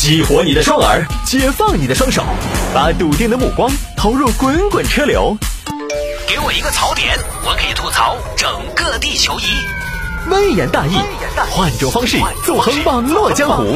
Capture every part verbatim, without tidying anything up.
激活你的双耳，解放你的双手，把笃定的目光投入滚滚车流。 给我一个槽点，我可以吐槽整个地球仪。 微言大义，换种方式纵横网络江湖。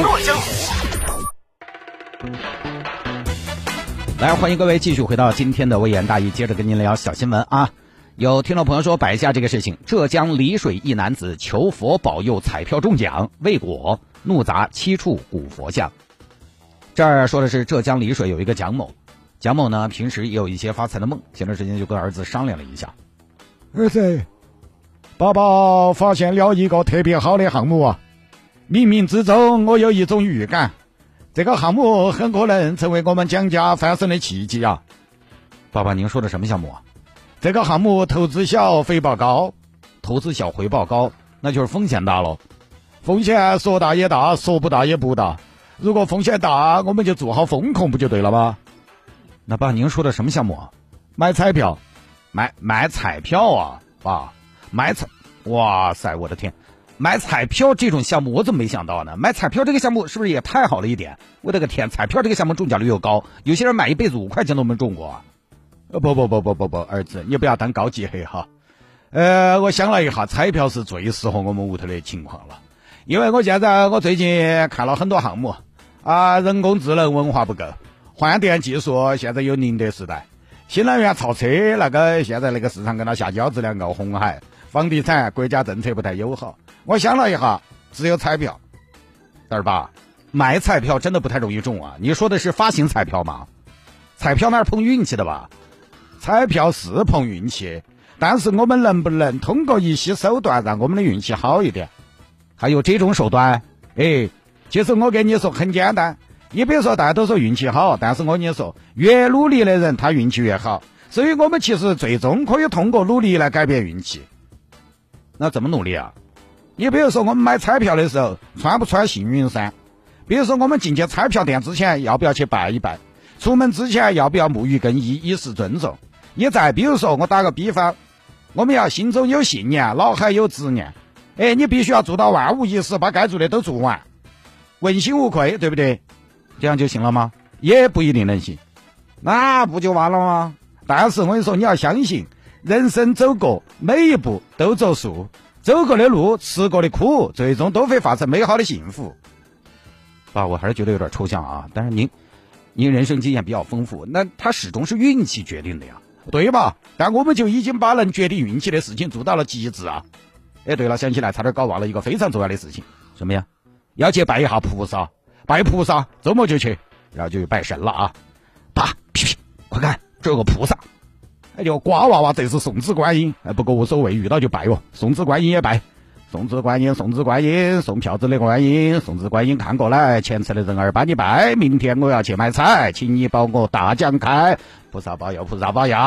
来，欢迎各位继续回到今天的微言大义，接着跟您聊小新闻啊。有听众朋友说摆一下这个事情，浙江丽水一男子求佛保佑彩票中奖未果，怒砸七处古佛像。这儿说的是浙江丽水有一个蒋某，蒋某呢平时也有一些发财的梦，前段时间就跟儿子商量了一下， 儿子，爸爸发现了一个特别好的项目啊！冥冥之中我有一种预感，这个项目很可能成为我们蒋家翻身的契机啊！ 爸爸，您说的什么项目啊？ 这个项目投资小回报高。 投资小回报高，那就是风险大咯。 风险说大也大，说不大也不大。如果风险大，我们就做好风控不就对了吗？ 那爸，您说的什么项目啊？ 买彩票。 买买彩票啊，爸，买彩，哇塞，我的天，买彩票这种项目我怎么没想到呢？买彩票这个项目是不是也太好了一点？我的个天，彩票这个项目中奖率又高，有些人买一辈子五块钱都没中过啊。 呃不不不不不不，儿子，你不要当高级黑哈。呃，我想了一下，彩票是最适合我们屋头的情况了，因为我现在我最近看了很多项目啊，人工智能文化不够，换电技术现在有宁德时代，新能源超车那个现在那个市场跟它下饺子两个红海，房地产国家政策不太友好。我想了一下，只有彩票。 但是爸，买彩票真的不太容易中啊！你说的是发行彩票吗？彩票那是碰运气的吧？ 彩票是碰运气，但是我们能不能通过一些手段让我们的运气好一点？ 还有这种手段？ 哎，其实我跟你说很简单，你比如说大家都说运气好，但是我跟你说，越努力的人他运气越好，所以我们其实最终可以通过努力来改变运气。 那怎么努力啊？ 你比如说我们买彩票的时候穿不穿幸运衫，比如说我们进去彩票店之前要不要去拜一拜，出门之前要不要沐浴更衣以示尊重。你再比如说我打个比方，我们要心中有信念，脑海有执念，哎，你必须要做到万无一失，把该做的都做完，问心无愧，对不对？ 这样就行了吗？ 也不一定能行，那不就完了吗？但是我跟你说，你要相信，人生走过每一步都着数，走过的路吃过的苦，最终都会发生美好的幸福。 爸，我还是觉得有点抽象啊，但是您您人生经验比较丰富，那它始终是运气决定的呀。 对吧？但我们就已经把能决定运气的事情做到了极致啊！哎，对了，想起来差点搞忘了一个非常重要的事情。 什么呀？ 要去拜一下菩萨，拜菩萨，周末就去，然后就去拜神了啊！ 爸，屁屁，快看，这有个菩萨， 哎呦，瓜娃娃，这是送子观音，哎，不过无所谓，遇到就拜哟，送子观音也拜。送子观音，送子观音，送票子的观音，送子观音看过来，前次的人儿把你拜，明天我要去买彩，请你保我大奖开，菩萨保佑，菩萨保佑。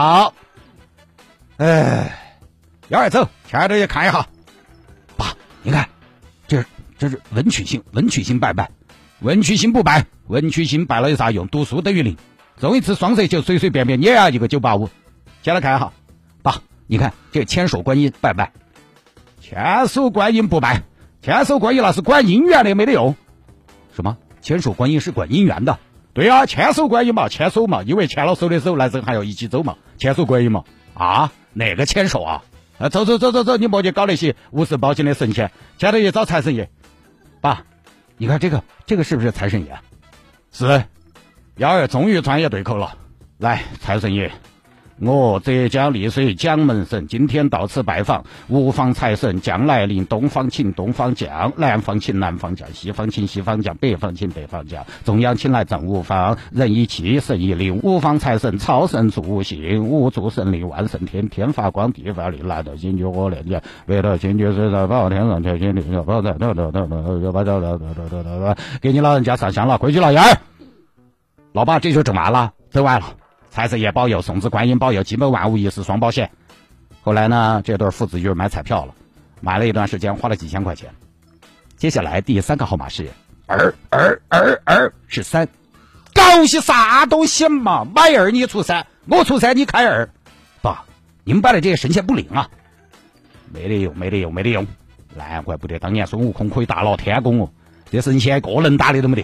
哎，幺儿走，前头也看一下。 爸，你看，这这是文曲星，文曲星拜拜， 文曲星不拜，文曲星拜了有啥用？读书等于零，中一次双色球随随便便也要一个九八五。先来看一下， 爸，你看这千手观音拜拜。 千手观音不拜，千手观音那是管姻缘的，没得用。 什么？千手观音是管姻缘的？ 对啊，千手观音嘛，牵手嘛，因为牵了手的手，男生还要一起走嘛，千手观音嘛。 啊，哪个牵手啊？ 啊，走走走走走，你莫去搞那些无事保险的神仙，前头去找财神爷。 爸，你看这个，这个是不是财神爷？ 是，幺儿终于专业对口了。来，财神爷。我浙江丽水蒋门神今天到此拜访，吾方财神将来临，东方请东方降，南方请南方降，西方请西方降，北方请北方降，中央请来正吾方，人一气神一灵，吾方财神超神助兴，吾祝神灵万圣天，天发光地发灵，来到新居我连接，为了新居是在保天上天心灵，保在得得得得得把得得得得得得，给你老人家上香了，规矩老爷。老爸，这就整完了，整完了。财神爷保佑，送子观音保佑，基本万无一失双保险。 后来呢，这对父子就是买彩票了，买了一段时间，花了几千块钱。接下来第三个号码是二二二二是三， 高兴啥东西嘛？买二你出三，我出三你开二。 爸，你们摆的这些神仙不灵啊？ 没得用，没得用，没得用。难怪不得当年孙悟空可以大闹天宫哦，这神仙个人打的都没得。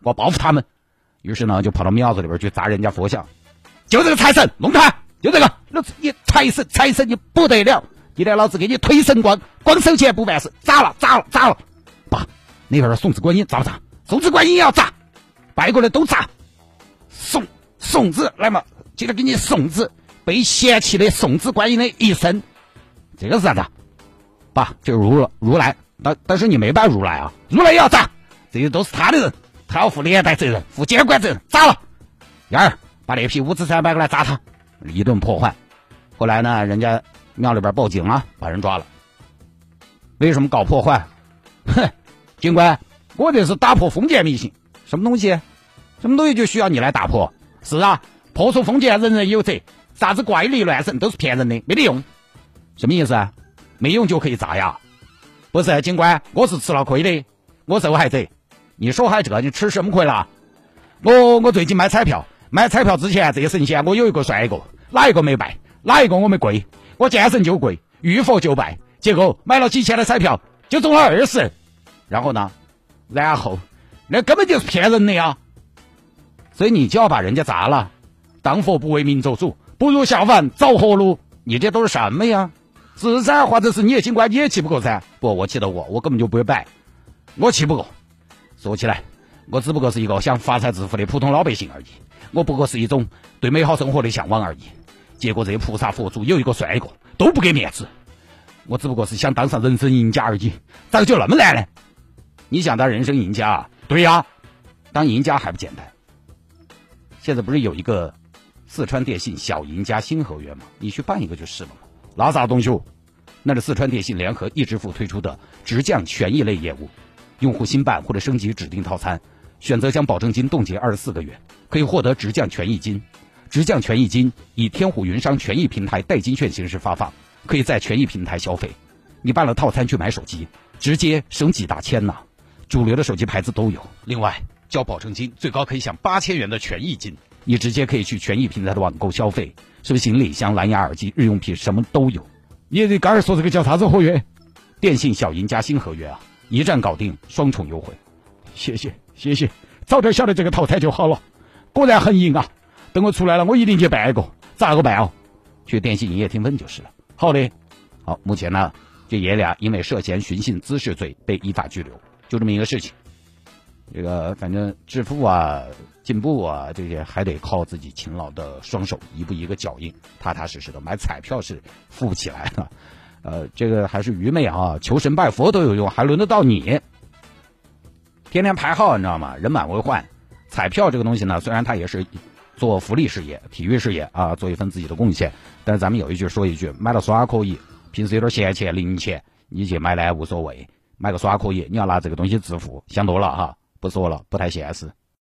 我报复他们。于是呢，就跑到庙子里边去砸人家佛像，就这个财神弄他，就这个，你财神财神你不得了，今天老子给你推神光，光收钱不办事，砸了砸了砸了！爸，那边的送子观音砸不砸？送子观音也要砸，拜过来都砸。送送子来嘛，今天给你送子，被嫌弃的送子观音的一生，这个是啥子？爸，这是如如来，但但是你没拜如来啊，如来也要砸，这些都是他的人。他要负连带责任，负监管责任，砸了！幺儿把那批五指山摆过来砸他，一顿破坏。后来呢，人家庙里边报警了，把人抓了。为什么搞破坏？哼，警官，我这是打破封建迷信。什么东西？什么东西就需要你来打破？是啊，破除封建人人有责，啥子怪力乱神都是骗人的，没得用。什么意思啊？没用就可以砸呀？不是，警官，我是吃了亏的，我受害者。你受害者，你吃什么亏了？我我最近买彩票，买彩票之前这些神仙我有一个算一个，哪一个没拜，哪一个我没跪，我见神就跪，遇佛就拜，结果买了几千的彩票就中了二十，然后呢？然后那根本就是骗人的呀！所以你就要把人家砸了，当佛不为民做主，不如下凡找活路。你这都是什么呀？是噻，或者是你也警官你也气不过噻？不，我气得过，我根本就不会拜，我气不过。说起来，我只不过是一个想发财致富的普通老百姓而已，我不过是一种对美好生活的向往而已。结果这些菩萨佛祖有一个算一个，都不给面子。我只不过是想当上人生赢家而已，咋就那么难呢？你想当人生赢家啊？对呀、啊，当赢家还不简单。现在不是有一个四川电信小赢家新合约吗？你去办一个就是了嘛。那啥东西？那是四川电信联合易支付推出的直降权益类业务。用户新办或者升级指定套餐，选择将保证金冻结二十四个月，可以获得直降权益金。直降权益金以天虎云商权益平台代金券形式发放，可以在权益平台消费。你办了套餐去买手机，直接省几大千呐！主流的手机牌子都有。另外，交保证金最高可以享八千元的权益金，你直接可以去权益平台的网购消费，是不是行李箱、蓝牙耳机、日用品什么都有？ 你这刚才说这个叫啥子合约？ 电信小赢家新合约啊！一站搞定，双重优惠。 谢谢谢谢，早点晓得这个套餐就好了。果然很赢啊！等我出来了，我一定去办一个。咋个办哦？ 去电信营业厅问就是了。 好的。 好，目前呢，这爷俩因为涉嫌寻衅滋事罪被依法拘留，就这么一个事情。这个反正致富啊、进步啊，这些还得靠自己勤劳的双手，一步一个脚印，踏踏实实的。买彩票是富不起来的。呃，这个还是愚昧啊！求神拜佛都有用，还轮得到你？天天排号，你知道吗？人满为患。彩票这个东西呢，虽然它也是做福利事业、体育事业啊，做一份自己的贡献，但是咱们有一句说一句，买了耍可以，平时有点闲钱、零钱，你去买来无所谓，买个耍可以。你要拿这个东西致富，想多了哈，不说了，不太现实。